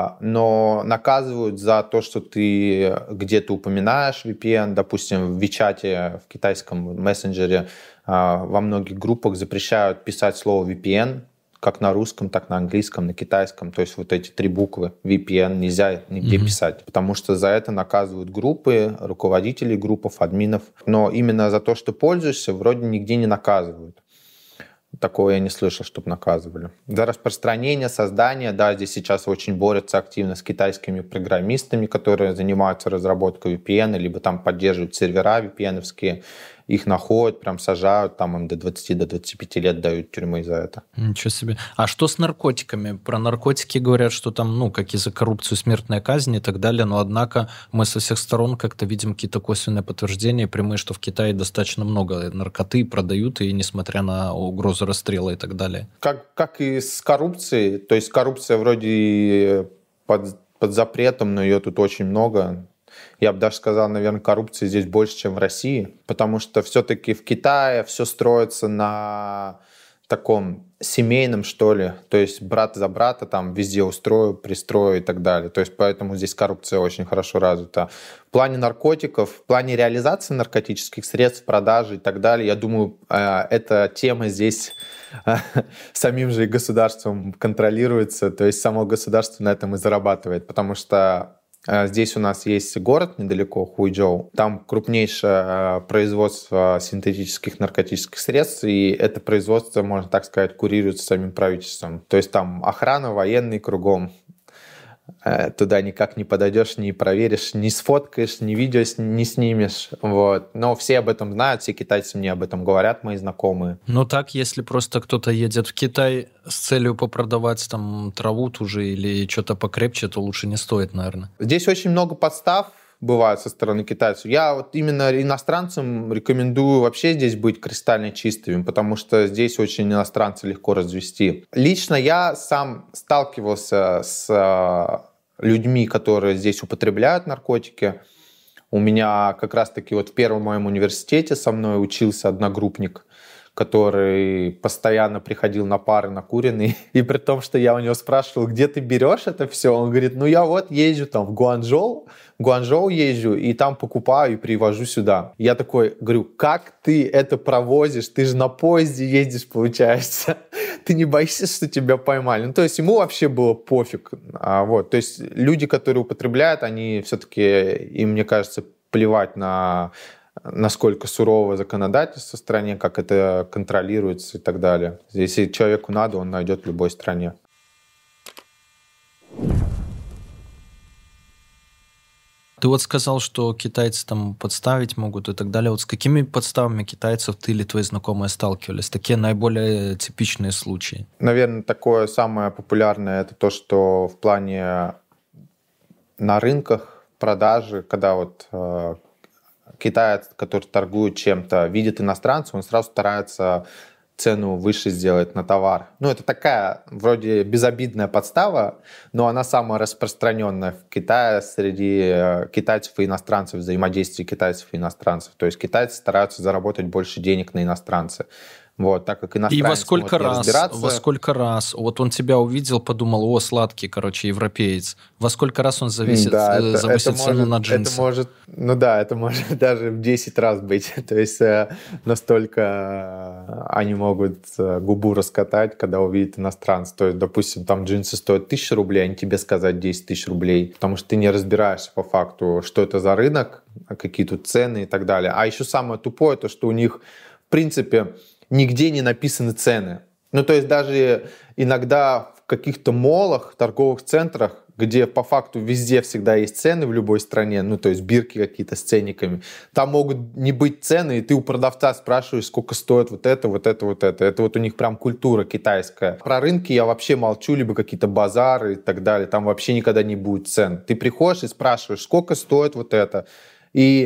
но наказывают за то, что ты где-то упоминаешь VPN, допустим, в WeChat, в китайском мессенджере, во многих группах запрещают писать слово VPN, как на русском, так на английском, на китайском. То есть вот эти 3 буквы VPN нельзя нигде писать, потому что за это наказывают группы, руководителей групп, админов. Но именно за то, что пользуешься, вроде нигде не наказывают. Такого я не слышал, чтобы наказывали. За распространение, создание, да, здесь сейчас очень борются активно с китайскими программистами, которые занимаются разработкой VPN, либо там поддерживают сервера VPN-овские. Их находят, прям сажают, там им до 20-25 лет дают тюрьмы за это. Ничего себе. А что с наркотиками? Про наркотики говорят, что там, как и за коррупцию, смертная казнь и так далее, но однако мы со всех сторон как-то видим какие-то косвенные подтверждения, прямые, что в Китае достаточно много наркоты продают, и несмотря на угрозу расстрела и так далее. Как и с коррупцией, то есть коррупция вроде под запретом, но ее тут очень много. Я бы даже сказал, наверное, коррупции здесь больше, чем в России, потому что все-таки в Китае все строится на таком семейном, что ли, то есть брат за брата там везде устрою, пристрою и так далее. То есть поэтому здесь коррупция очень хорошо развита. В плане наркотиков, в плане реализации наркотических средств, продажи и так далее, я думаю, эта тема здесь самим же государством контролируется, то есть само государство на этом и зарабатывает, потому что здесь у нас есть город недалеко, Хуйчжоу. Там крупнейшее производство синтетических наркотических средств, и это производство, можно так сказать, курируется самим правительством. То есть там охрана, военные кругом. Туда никак не подойдешь, не проверишь, не сфоткаешь, ни видео не снимешь. Вот. Но все об этом знают, все китайцы мне об этом говорят, мои знакомые. Так, если просто кто-то едет в Китай с целью попродавать там траву ту же или что-то покрепче, то лучше не стоит, наверное. Здесь очень много подстав бывает со стороны китайцев. Я вот именно иностранцам рекомендую вообще здесь быть кристально чистыми, потому что здесь очень иностранца легко развести. Лично я сам сталкивался с людьми, которые здесь употребляют наркотики. У меня как раз-таки вот в первом моем университете со мной учился одногруппник, который постоянно приходил на пары накуренный. И при том, что я у него спрашивал, где ты берешь это все, он говорит, я вот езжу там в Гуанчжоу езжу, и там покупаю и привожу сюда. Я такой говорю, как ты это провозишь? Ты же на поезде ездишь, получается. Ты не боишься, что тебя поймали? То есть ему вообще было пофиг. То есть люди, которые употребляют, они все-таки, им, мне кажется, плевать на насколько суровое законодательство в стране, как это контролируется и так далее. Если человеку надо, он найдет в любой стране. Ты вот сказал, что китайцы там подставить могут и так далее. Вот с какими подставами китайцев ты или твои знакомые сталкивались? Такие наиболее типичные случаи. Наверное, такое самое популярное, это то, что в плане на рынках продажи, когда вот китаец, который торгует чем-то, видит иностранца, он сразу старается цену выше сделать на товар. Это такая вроде безобидная подстава, но она самая распространенная в Китае среди китайцев и иностранцев, взаимодействие китайцев и иностранцев. То есть китайцы стараются заработать больше денег на иностранца. Так как иностранец и во сколько разбираться... раз, вот он тебя увидел, подумал, сладкий, короче, европеец. Во сколько раз он завысит цену на джинсы? Это может даже в 10 раз быть. То есть настолько они могут губу раскатать, когда увидят иностранца. То есть, допустим, там джинсы стоят 1000 рублей, они тебе сказать 10 тысяч рублей, потому что ты не разбираешься по факту, что это за рынок, какие тут цены и так далее. А еще самое тупое, то, что у них, в принципе, нигде не написаны цены. То есть даже иногда в каких-то молах, торговых центрах, где по факту везде всегда есть цены в любой стране, то есть бирки какие-то с ценниками, там могут не быть цены, и ты у продавца спрашиваешь, сколько стоит вот это. Это вот у них прям культура китайская. Про рынки я вообще молчу, либо какие-то базары и так далее. Там вообще никогда не будет цен. Ты приходишь и спрашиваешь, сколько стоит вот это. И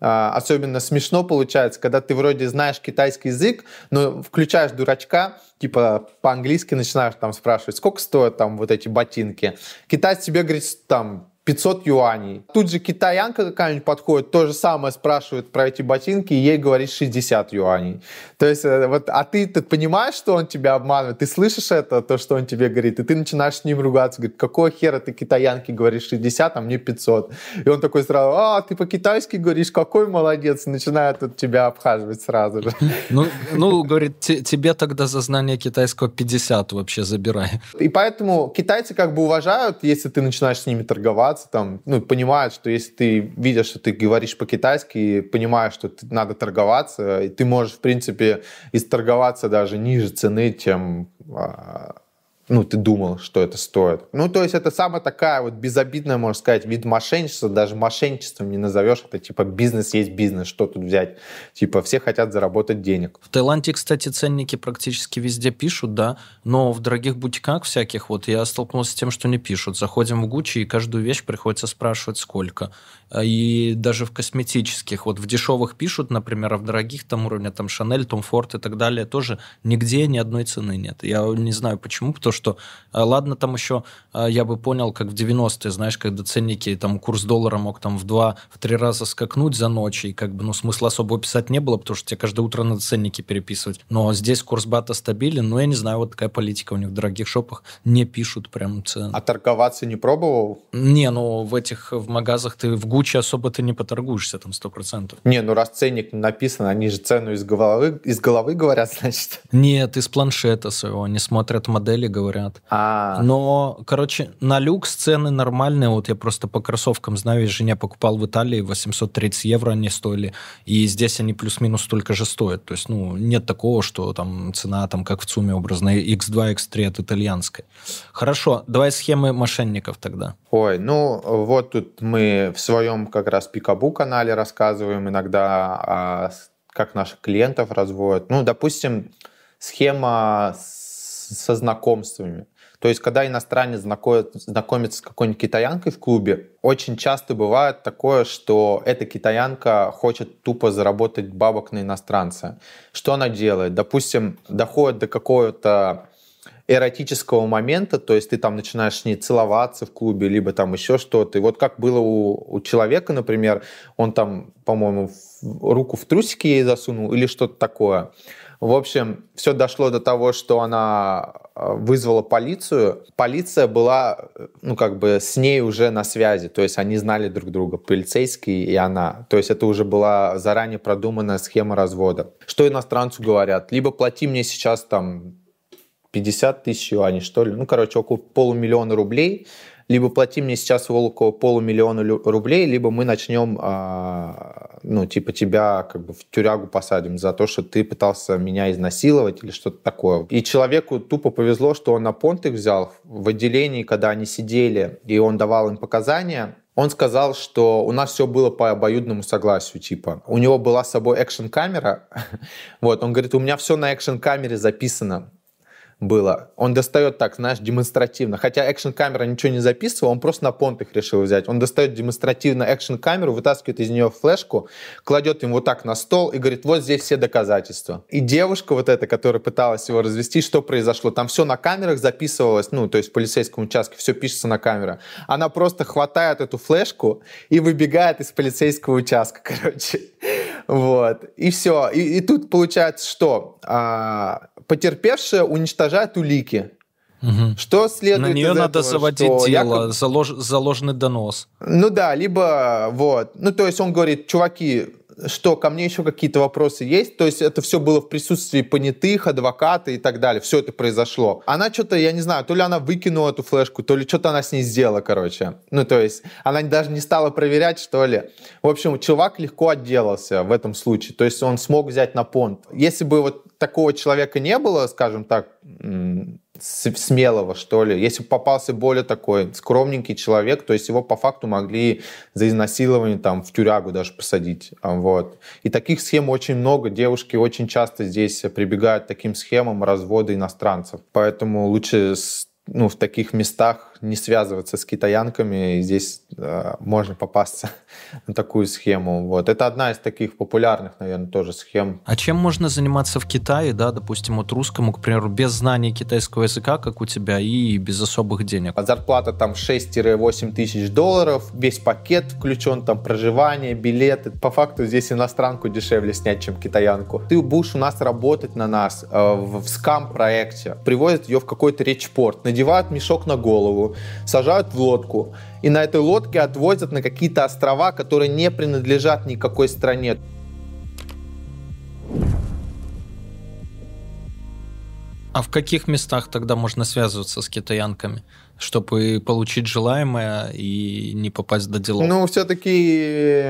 особенно смешно получается, когда ты вроде знаешь китайский язык, но включаешь дурачка, типа по-английски начинаешь там спрашивать, сколько стоят там вот эти ботинки. Китаец тебе говорит, там, 500 юаней. Тут же китаянка какая-нибудь подходит, то же самое спрашивает про эти ботинки, и ей говорит 60 юаней. То есть, вот, а ты понимаешь, что он тебя обманывает, ты слышишь это, то, что он тебе говорит, и ты начинаешь с ним ругаться, говорит, какого хера ты китаянке говоришь 60, а мне 500. И он такой сразу, ты по-китайски говоришь, какой молодец, и начинает тут тебя обхаживать сразу же. Ну, говорит, тебе тогда за знание китайского 50 вообще забирай. И поэтому китайцы как бы уважают, если ты начинаешь с ними торговаться, там, понимают, что если ты видишь, что ты говоришь по-китайски, и понимаешь, что надо торговаться, и ты можешь, в принципе, торговаться даже ниже цены, чем ты думал, что это стоит. То есть это самая такая вот безобидная, можно сказать, вид мошенничества, даже мошенничеством не назовешь, это типа бизнес есть бизнес, что тут взять? Типа все хотят заработать денег. В Таиланде, кстати, ценники практически везде пишут, да, но в дорогих бутиках всяких вот я столкнулся с тем, что не пишут. Заходим в Гуччи, и каждую вещь приходится спрашивать, сколько. И даже в косметических, вот в дешевых пишут, например, а в дорогих там уровня, там Шанель, Том Форд и так далее, тоже нигде ни одной цены нет. Я не знаю почему, потому что, ладно, там еще я бы понял, как в 90-е, знаешь, когда ценники, там курс доллара мог там в 2-3 раза скакнуть за ночь, и как бы, смысла особо писать не было, потому что тебе каждое утро надо ценники переписывать. Но здесь курс бата стабилен, я не знаю, вот такая политика у них в дорогих шопах, не пишут прям цены. А торговаться не пробовал? Не, в магазах ты в Гуччи особо ты не поторгуешься там 100%. Не, раз ценник написан, они же цену из головы говорят, значит? Нет, из планшета своего, они смотрят модели, говорят. Но, короче, на люкс цены нормальные, вот я просто по кроссовкам знаю, я жене покупал в Италии, 830 евро они стоили, и здесь они плюс-минус столько же стоят, то есть, нет такого, что там цена, там, как в ЦУМе образно, X2, X3 от итальянской. Хорошо, давай схемы мошенников тогда. Вот тут мы в своем как раз Пикабу канале рассказываем иногда, как наших клиентов разводят. Допустим, схема со знакомствами. То есть, когда иностранец знакомится с какой-нибудь китаянкой в клубе, очень часто бывает такое, что эта китаянка хочет тупо заработать бабок на иностранца. Что она делает? Допустим, доходит до какого-то эротического момента, то есть ты там начинаешь с ней целоваться в клубе, либо там еще что-то. И вот как было у человека, например, он там, по-моему, руку в трусики ей засунул или что-то такое. В общем, все дошло до того, что она вызвала полицию. Полиция была, с ней уже на связи. То есть они знали друг друга, полицейский и она. То есть это уже была заранее продуманная схема развода. Что иностранцу говорят? Либо плати мне сейчас там 50 тысяч юаней, что ли. Около 500 000 рублей. Либо плати мне сейчас около 500 000 рублей, либо мы начнем, тебя как бы в тюрягу посадим за то, что ты пытался меня изнасиловать или что-то такое. И человеку тупо повезло, что он на понт их взял. В отделении, когда они сидели, и он давал им показания, он сказал, что у нас все было по обоюдному согласию, У него была с собой экшн-камера. Он говорит, у меня все на экшн-камере записано было. Он достает так, демонстративно. Хотя экшн-камера ничего не записывала, он просто на понт их решил взять. Он достает демонстративно экшн-камеру, вытаскивает из нее флешку, кладет им вот так на стол и говорит, вот здесь все доказательства. И девушка вот эта, которая пыталась его развести, что произошло? Там все на камерах записывалось, то есть в полицейском участке все пишется на камеру. Она просто хватает эту флешку и выбегает из полицейского участка, Вот. И все. И тут получается, что потерпевшая уничтожает улики. Угу. Что следует на нее из надо этого, заводить дело, заложенный донос. Либо вот. То есть он говорит, чуваки, что, ко мне еще какие-то вопросы есть? То есть это все было в присутствии понятых, адвоката и так далее. Все это произошло. Она что-то, я не знаю, то ли она выкинула эту флешку, то ли что-то она с ней сделала, то есть она даже не стала проверять, что ли. В общем, чувак легко отделался в этом случае. То есть он смог взять на понт. Если бы вот такого человека не было, скажем так, смелого, что ли, если бы попался более такой скромненький человек, то есть его по факту могли за изнасилование там в тюрягу даже посадить. Вот. И таких схем очень много. Девушки очень часто здесь прибегают к таким схемам развода иностранцев. Поэтому лучше в таких местах не связываться с китаянками, и здесь можно попасться на такую схему. Вот. Это одна из таких популярных, наверное, тоже схем. А чем можно заниматься в Китае, да, допустим, вот русскому, к примеру, без знания китайского языка, как у тебя, и без особых денег? Зарплата там 6-8 тысяч долларов, весь пакет включен, там проживание, билеты. По факту здесь иностранку дешевле снять, чем китаянку. Ты будешь у нас работать на нас в скам-проекте. Привозят ее в какой-то речпорт, надевают мешок на голову, сажают в лодку, и на этой лодке отвозят на какие-то острова, которые не принадлежат никакой стране. А в каких местах тогда можно связываться с китаянками, чтобы получить желаемое и не попасть до делов? Ну, все-таки,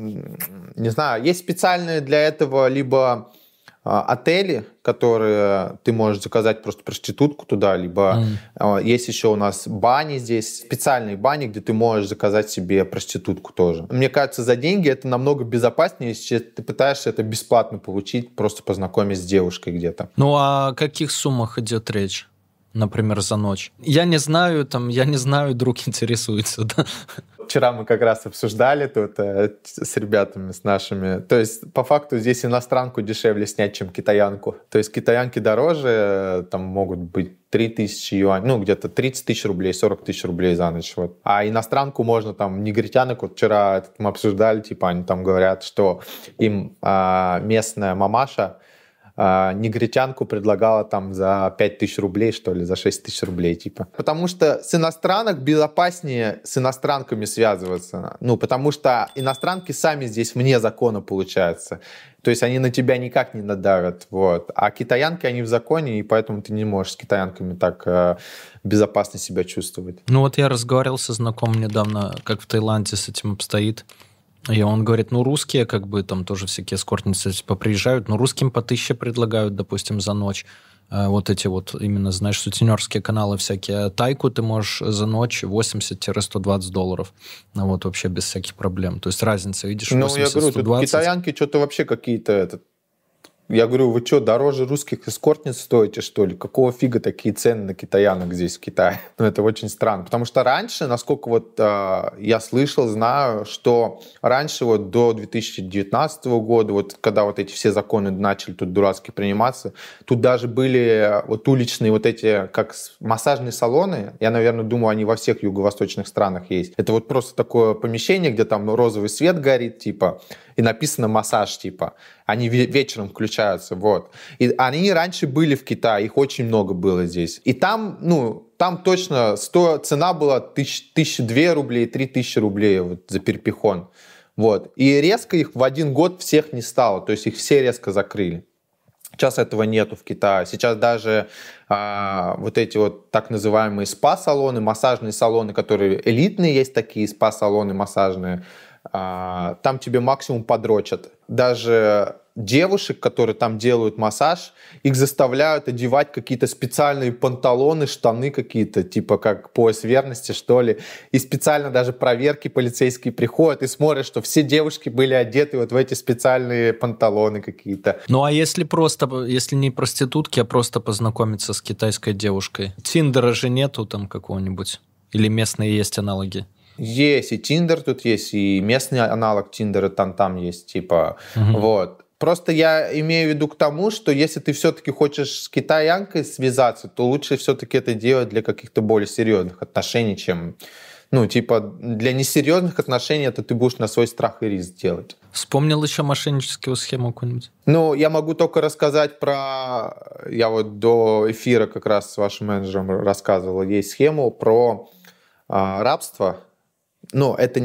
не знаю, есть специальные для этого либо отели, которые ты можешь заказать просто проститутку туда, либо есть еще у нас бани здесь, специальные бани, где ты можешь заказать себе проститутку тоже. Мне кажется, за деньги это намного безопаснее, если ты пытаешься это бесплатно получить, просто познакомясь с девушкой где-то. Ну, а о каких суммах идет речь? Например, за ночь. Я не знаю, друг интересуется, да? Вчера мы как раз обсуждали тут с ребятами, с нашими. То есть, по факту, здесь иностранку дешевле снять, чем китаянку. То есть, китаянки дороже, там могут быть 3000 юаней, ну, где-то 30 тысяч рублей, 40 тысяч рублей за ночь. Вот. А иностранку можно, там, негритянок, вот вчера мы обсуждали, типа, они там говорят, что им местная мамаша негритянку предлагала там за 5 тысяч рублей, что ли, за 6 тысяч рублей, типа. Потому что с иностранок безопаснее с иностранками связываться. Ну, потому что иностранки сами здесь вне закона, получается. То есть они на тебя никак не надавят. Вот. А китаянки, они в законе, и поэтому ты не можешь с китаянками так безопасно себя чувствовать. Ну, вот я разговаривал со знакомым недавно, как в Таиланде с этим обстоит. И он говорит, ну, русские, как бы, там тоже всякие эскортницы типа приезжают, но русским по 1000 предлагают, допустим, за ночь. Вот эти вот, именно, знаешь, сутенерские каналы всякие. Тайку ты можешь за ночь 80-120 долларов. Ну, вот вообще без всяких проблем. То есть разница, видишь, 80-120. Ну, я говорю, тут китаянки что-то вообще какие-то... Я говорю, вы что, дороже русских эскортниц стоите, что ли? Какого фига такие цены на китаянок здесь, в Китае? Ну, это очень странно. Потому что раньше, насколько вот я слышал, знаю, что раньше вот до 2019 года, вот когда вот эти все законы начали тут дурацкие приниматься, тут даже были вот уличные вот эти, как массажные салоны. Я, наверное, думаю, они во всех юго-восточных странах есть. Это вот просто такое помещение, где там розовый свет горит, типа, и написано массаж, типа. Они вечером включаются, вот. И они раньше были в Китае, их очень много было здесь. И там, ну, там точно цена была 1002 рублей, 3000 рублей вот, за перпихон. Вот. И резко их в один год всех не стало, то есть их все резко закрыли. Сейчас этого нету в Китае. Сейчас даже вот эти вот так называемые спа-салоны, массажные салоны, которые элитные, есть такие спа-салоны массажные, там тебе максимум подрочат. Даже девушек, которые там делают массаж, их заставляют одевать какие-то специальные панталоны, штаны какие-то, типа как пояс верности, что ли. И специально даже проверки полицейские приходят и смотрят, что все девушки были одеты вот в эти специальные панталоны какие-то. Ну а если не проститутки, а просто познакомиться с китайской девушкой? Тиндера же нету там какого-нибудь? Или местные есть аналоги? Есть, и Тиндер тут есть, и местный аналог Тиндера там есть, типа, вот. Просто я имею в виду к тому, что если ты все-таки хочешь с китаянкой связаться, то лучше все-таки это делать для каких-то более серьезных отношений, чем, ну, типа, для несерьезных отношений это ты будешь на свой страх и риск делать. Вспомнил еще мошенническую схему какую-нибудь? Ну, я могу только рассказать про... Я вот до эфира как раз с вашим менеджером рассказывал, есть схему про рабство. Ну, это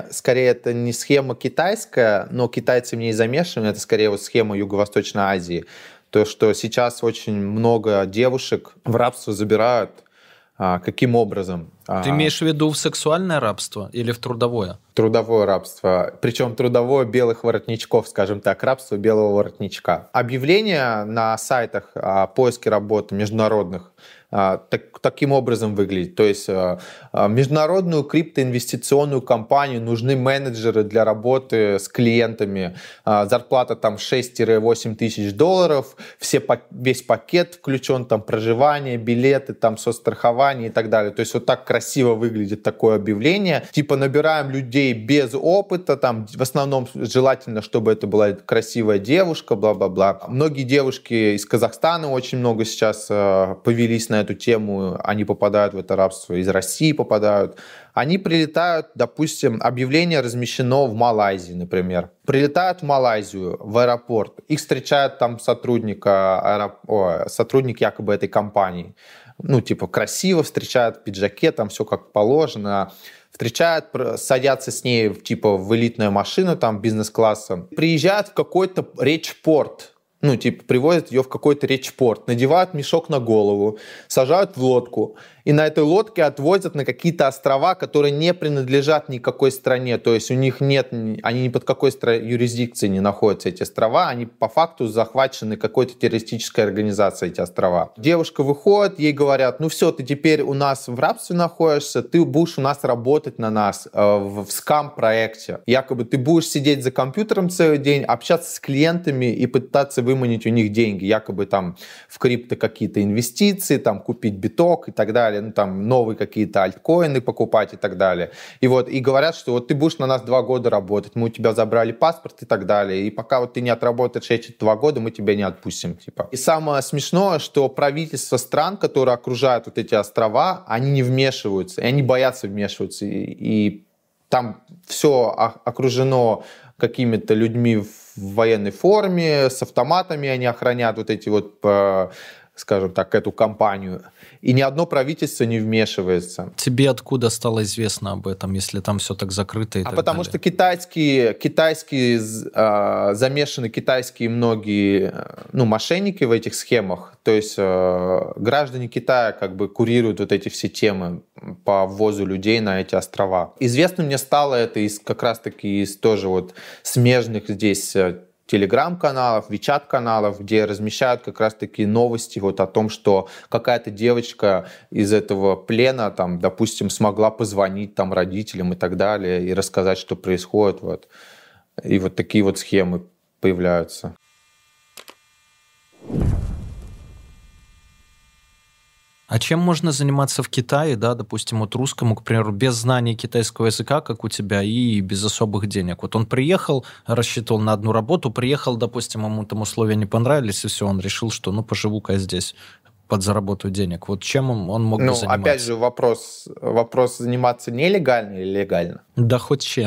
не схема китайская, но китайцы в ней замешаны, это скорее вот схема Юго-Восточной Азии. То, что сейчас очень много девушек в рабство забирают. Каким образом? Ты имеешь в виду в сексуальное рабство или в трудовое? Трудовое рабство. Причем трудовое белых воротничков, скажем так, рабство белого воротничка. Объявления на сайтах о поиске работы международных таким образом выглядит. То есть международную криптоинвестиционную компанию нужны менеджеры для работы с клиентами. Зарплата там 6-8 тысяч долларов, весь пакет включен, там проживание, билеты, там соцстрахование и так далее. То есть вот так красиво выглядит такое объявление. Типа набираем людей без опыта, там в основном желательно, чтобы это была красивая девушка, бла-бла-бла. Многие девушки из Казахстана очень много сейчас повелись на эту тему, они попадают в это рабство, из России попадают. Они прилетают, допустим, объявление размещено в Малайзии, например. Прилетают в Малайзию, в аэропорт, их встречает там сотрудник якобы этой компании. Ну, типа, красиво встречают в пиджаке, там все как положено. Встречают, садятся с ней типа в элитную машину, там бизнес-класса. Приезжают в какой-то речпорт. Ну, типа, привозят ее в какой-то речпорт, надевают мешок на голову, сажают в лодку, и на этой лодке отвозят на какие-то острова, которые не принадлежат никакой стране, то есть у них нет, они ни под какой юрисдикцией не находятся, эти острова, они по факту захвачены какой-то террористической организацией, эти острова. Девушка выходит, ей говорят, ну все, ты теперь у нас в рабстве находишься, ты будешь у нас работать на нас в скам-проекте. Якобы ты будешь сидеть за компьютером целый день, общаться с клиентами и пытаться выманить у них деньги, якобы там в крипто какие-то инвестиции, там купить биток и так далее, ну там новые какие-то альткоины покупать и так далее. И вот, и говорят, что вот ты будешь на нас 2 года работать, мы у тебя забрали паспорт и так далее, и пока вот ты не отработаешь эти 2 года, мы тебя не отпустим, типа. И самое смешное, что правительства стран, которые окружают вот эти острова, они не вмешиваются, и они боятся вмешиваться, и там все окружено какими-то людьми в военной форме, с автоматами они охранят вот эти вот, скажем так, эту компанию. И ни одно правительство не вмешивается. Тебе откуда стало известно об этом, если там все так закрыто и так потому далее? Что китайские замешаны китайские многие мошенники в этих схемах. То есть граждане Китая как бы курируют вот эти все темы по ввозу людей на эти острова. Известно мне стало это как раз-таки из тоже вот смежных здесь телеграм-каналов, вичат-каналов, где размещают как раз-таки новости вот о том, что какая-то девочка из этого плена, там, допустим, смогла позвонить там родителям и так далее и рассказать, что происходит. Вот. И вот такие вот схемы появляются. А чем можно заниматься в Китае, да, допустим, вот русскому, к примеру, без знания китайского языка, как у тебя, и без особых денег? Вот он приехал, рассчитывал на одну работу, приехал, допустим, ему там условия не понравились, и все, он решил, что ну поживу-ка я здесь, подзаработаю денег. Вот чем он мог бы заниматься? Опять же, вопрос заниматься нелегально или легально? Да хоть чем.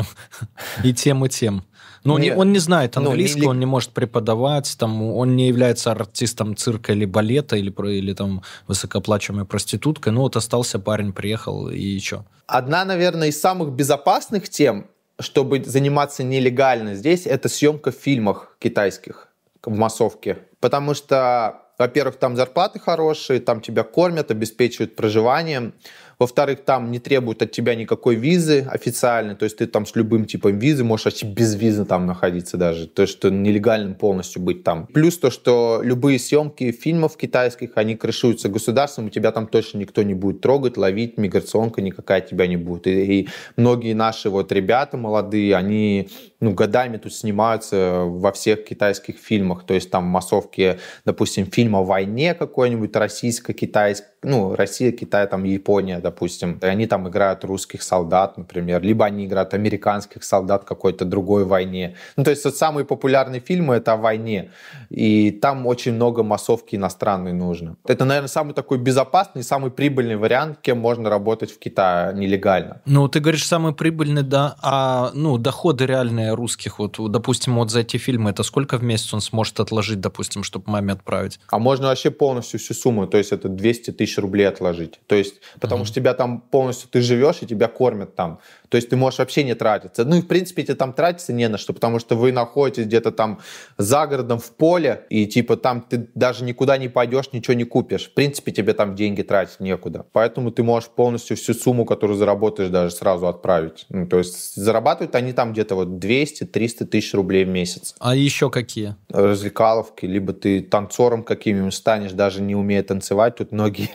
И тем, и тем. Но он не знает английского, он не может преподавать, там, он не является артистом цирка или балета, или там высокооплачиваемой проституткой. Ну вот остался парень, приехал, и что? Одна, наверное, из самых безопасных тем, чтобы заниматься нелегально здесь, это съемка в фильмах китайских в массовке. Потому что, во-первых, там зарплаты хорошие, там тебя кормят, обеспечивают проживанием. Во-вторых, там не требуют от тебя никакой визы официальной, то есть ты там с любым типом визы можешь вообще без визы там находиться даже, то есть что нелегальным полностью быть там. Плюс то, что любые съемки фильмов китайских, они крышуются государством, у тебя там точно никто не будет трогать, ловить, миграционка никакая тебя не будет. И многие наши вот ребята молодые, они годами тут снимаются во всех китайских фильмах, то есть там массовки, допустим, фильм о войне какой-нибудь российско-китайской, Россия, Китай, там Япония, допустим, и они там играют русских солдат, например, либо они играют американских солдат какой-то другой войне. То есть вот самые популярные фильмы — это о войне, и там очень много массовки иностранной нужно. Это, наверное, самый такой безопасный, самый прибыльный вариант, кем можно работать в Китае нелегально. Ты говоришь, самый прибыльный, да, а доходы реальные русских, вот, допустим, вот за эти фильмы, это сколько в месяц он сможет отложить, допустим, чтобы маме отправить? А можно вообще полностью всю сумму, то есть это 200 тысяч рублей отложить. То есть, потому что тебя там полностью, ты живешь, и тебя кормят там. То есть ты можешь вообще не тратиться. И в принципе тебе там тратиться не на что, потому что вы находитесь где-то там за городом в поле, и типа там ты даже никуда не пойдешь, ничего не купишь. В принципе тебе там деньги тратить некуда. Поэтому ты можешь полностью всю сумму, которую заработаешь, даже сразу отправить. То есть зарабатывают они там где-то вот 200-300 тысяч рублей в месяц. А еще какие? Развлекаловки, либо ты танцором каким-нибудь станешь, даже не умея танцевать. Тут многие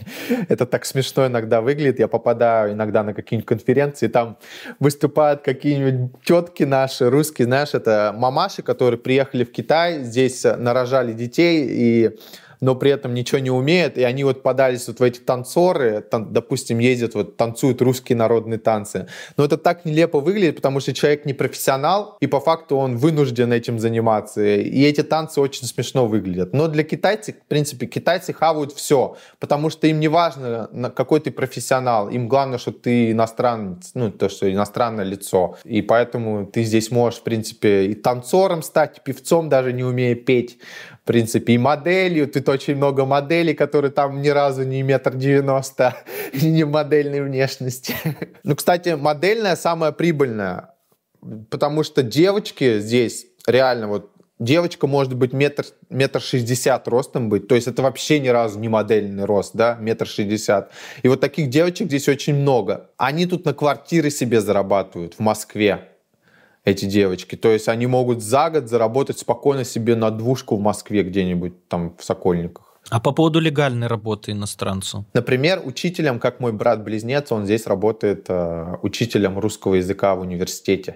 Это так смешно иногда выглядит. Я попадаю иногда на какие-нибудь конференции, там выступают какие-нибудь тетки наши, русские, знаешь, это мамаши, которые приехали в Китай, здесь нарожали детей, но при этом ничего не умеют, и они вот подались вот в эти танцоры, допустим, ездят, вот танцуют русские народные танцы. Но это так нелепо выглядит, потому что человек не профессионал, и по факту он вынужден этим заниматься. И эти танцы очень смешно выглядят. Но для китайцев, в принципе, китайцы хавают все, потому что им не важно, какой ты профессионал, им главное, что ты иностранец, то, что иностранное лицо. И поэтому ты здесь можешь, в принципе, и танцором стать, и певцом, даже не умея петь, в принципе, и моделью. Тут очень много моделей, которые там ни разу не 1,90 м, и не модельной внешности. Кстати, модельная самая прибыльная, потому что девочки здесь реально вот девочка может быть метр шестьдесят ростом быть, то есть это вообще ни разу не модельный рост, да, 1,60 м. И вот таких девочек здесь очень много. Они тут на квартиры себе зарабатывают в Москве, эти девочки. То есть они могут за год заработать спокойно себе на двушку в Москве где-нибудь там в Сокольниках. А по поводу легальной работы иностранцу? Например, учителем, как мой брат-близнец, он здесь работает учителем русского языка в университете.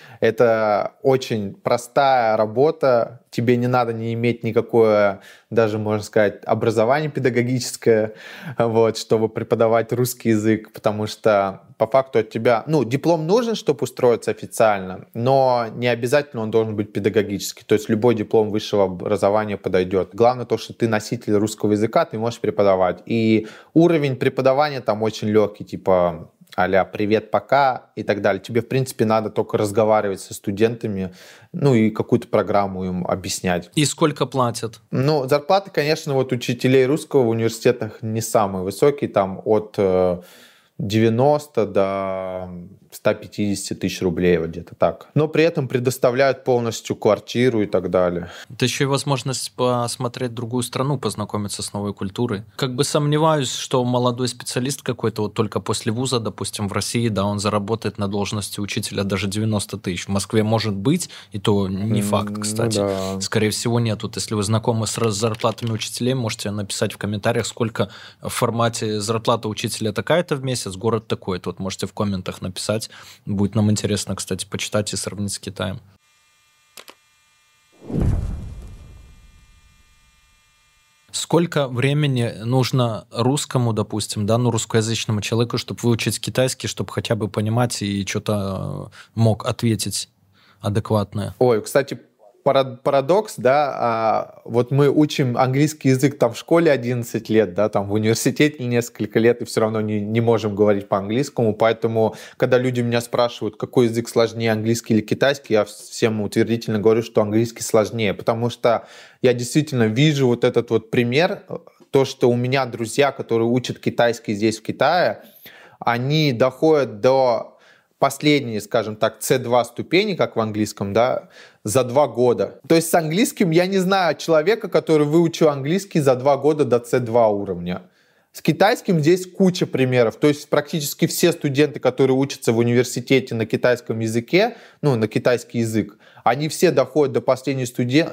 Это очень простая работа, тебе не надо не иметь никакое, даже, можно сказать, образование педагогическое, вот, чтобы преподавать русский язык, потому что по факту от тебя, диплом нужен, чтобы устроиться официально, но не обязательно он должен быть педагогический, то есть любой диплом высшего образования подойдет. Главное то, что ты носитель русского языка, ты можешь преподавать, и уровень преподавания там очень легкий, типа а-ля «привет, пока» и так далее. Тебе, в принципе, надо только разговаривать со студентами, и какую-то программу им объяснять. И сколько платят? Зарплаты, конечно, вот учителей русского в университетах не самые высокие, там от 90 до 150 тысяч рублей, вот где-то так. Но при этом предоставляют полностью квартиру и так далее. Это еще и возможность посмотреть другую страну, познакомиться с новой культурой. Как бы сомневаюсь, что молодой специалист какой-то вот только после вуза, допустим, в России, да, он заработает на должности учителя даже 90 тысяч. В Москве может быть, и то не факт, кстати. Да. Скорее всего, нет. Вот если вы знакомы с зарплатами учителей, можете написать в комментариях, сколько в формате зарплата учителя такая-то в месяц, город такой-то. Вот можете в комментах написать. Будет нам интересно, кстати, почитать и сравнить с Китаем. Сколько времени нужно русскому, допустим, русскоязычному человеку, чтобы выучить китайский, чтобы хотя бы понимать и что-то мог ответить адекватное? Ой, кстати, парадокс, да, вот мы учим английский язык там в школе 11 лет, да, там в университете несколько лет, и все равно не можем говорить по-английскому, поэтому, когда люди меня спрашивают, какой язык сложнее, английский или китайский, я всем утвердительно говорю, что английский сложнее, потому что я действительно вижу вот этот вот пример, то, что у меня друзья, которые учат китайский здесь, в Китае, они доходят до последние, скажем так, C2 ступени, как в английском, да, за 2 года. То есть с английским я не знаю человека, который выучил английский за 2 года до C2 уровня. С китайским здесь куча примеров. То есть практически все студенты, которые учатся в университете на китайском языке, на китайский язык, они все доходят до последней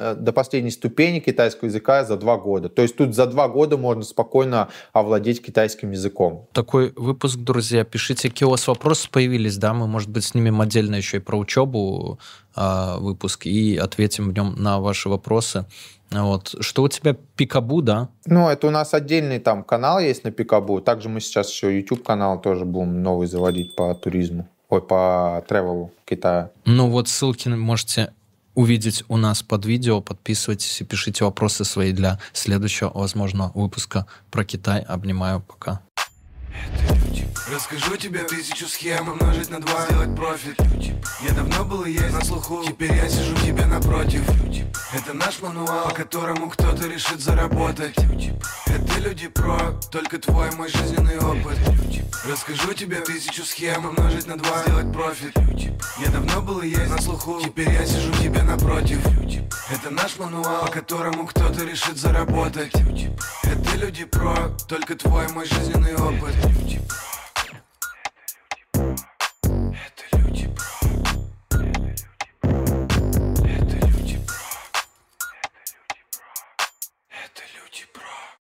ступени китайского языка за 2 года. То есть тут за 2 года можно спокойно овладеть китайским языком. Такой выпуск, друзья. Пишите, какие у вас вопросы появились, да, мы, может быть, снимем отдельно еще и про учебу выпуск и ответим в нем на ваши вопросы. Вот. Что у тебя, Пикабу, да? Это у нас отдельный там канал есть на Пикабу. Также мы сейчас еще YouTube-канал тоже будем новый заводить по туризму. По тревелу Китая. Ссылки можете увидеть у нас под видео. Подписывайтесь и пишите вопросы свои для следующего, возможно, выпуска про Китай. Обнимаю, пока. Это люди. Расскажу тебе 1000 схем, умножить на 2, сделать профит. Я давно был и есть на слуху, теперь я сижу тебе напротив. Это наш мануал, по которому кто-то решит заработать. Это люди про, только твой мой жизненный опыт. Расскажу тебе 1000 схем, умножить на 2, сделать профит. Я давно был и есть на слуху, теперь я сижу тебе напротив. Это наш мануал, по которому кто-то решит заработать. Это люди про, только твой мой жизненный опыт.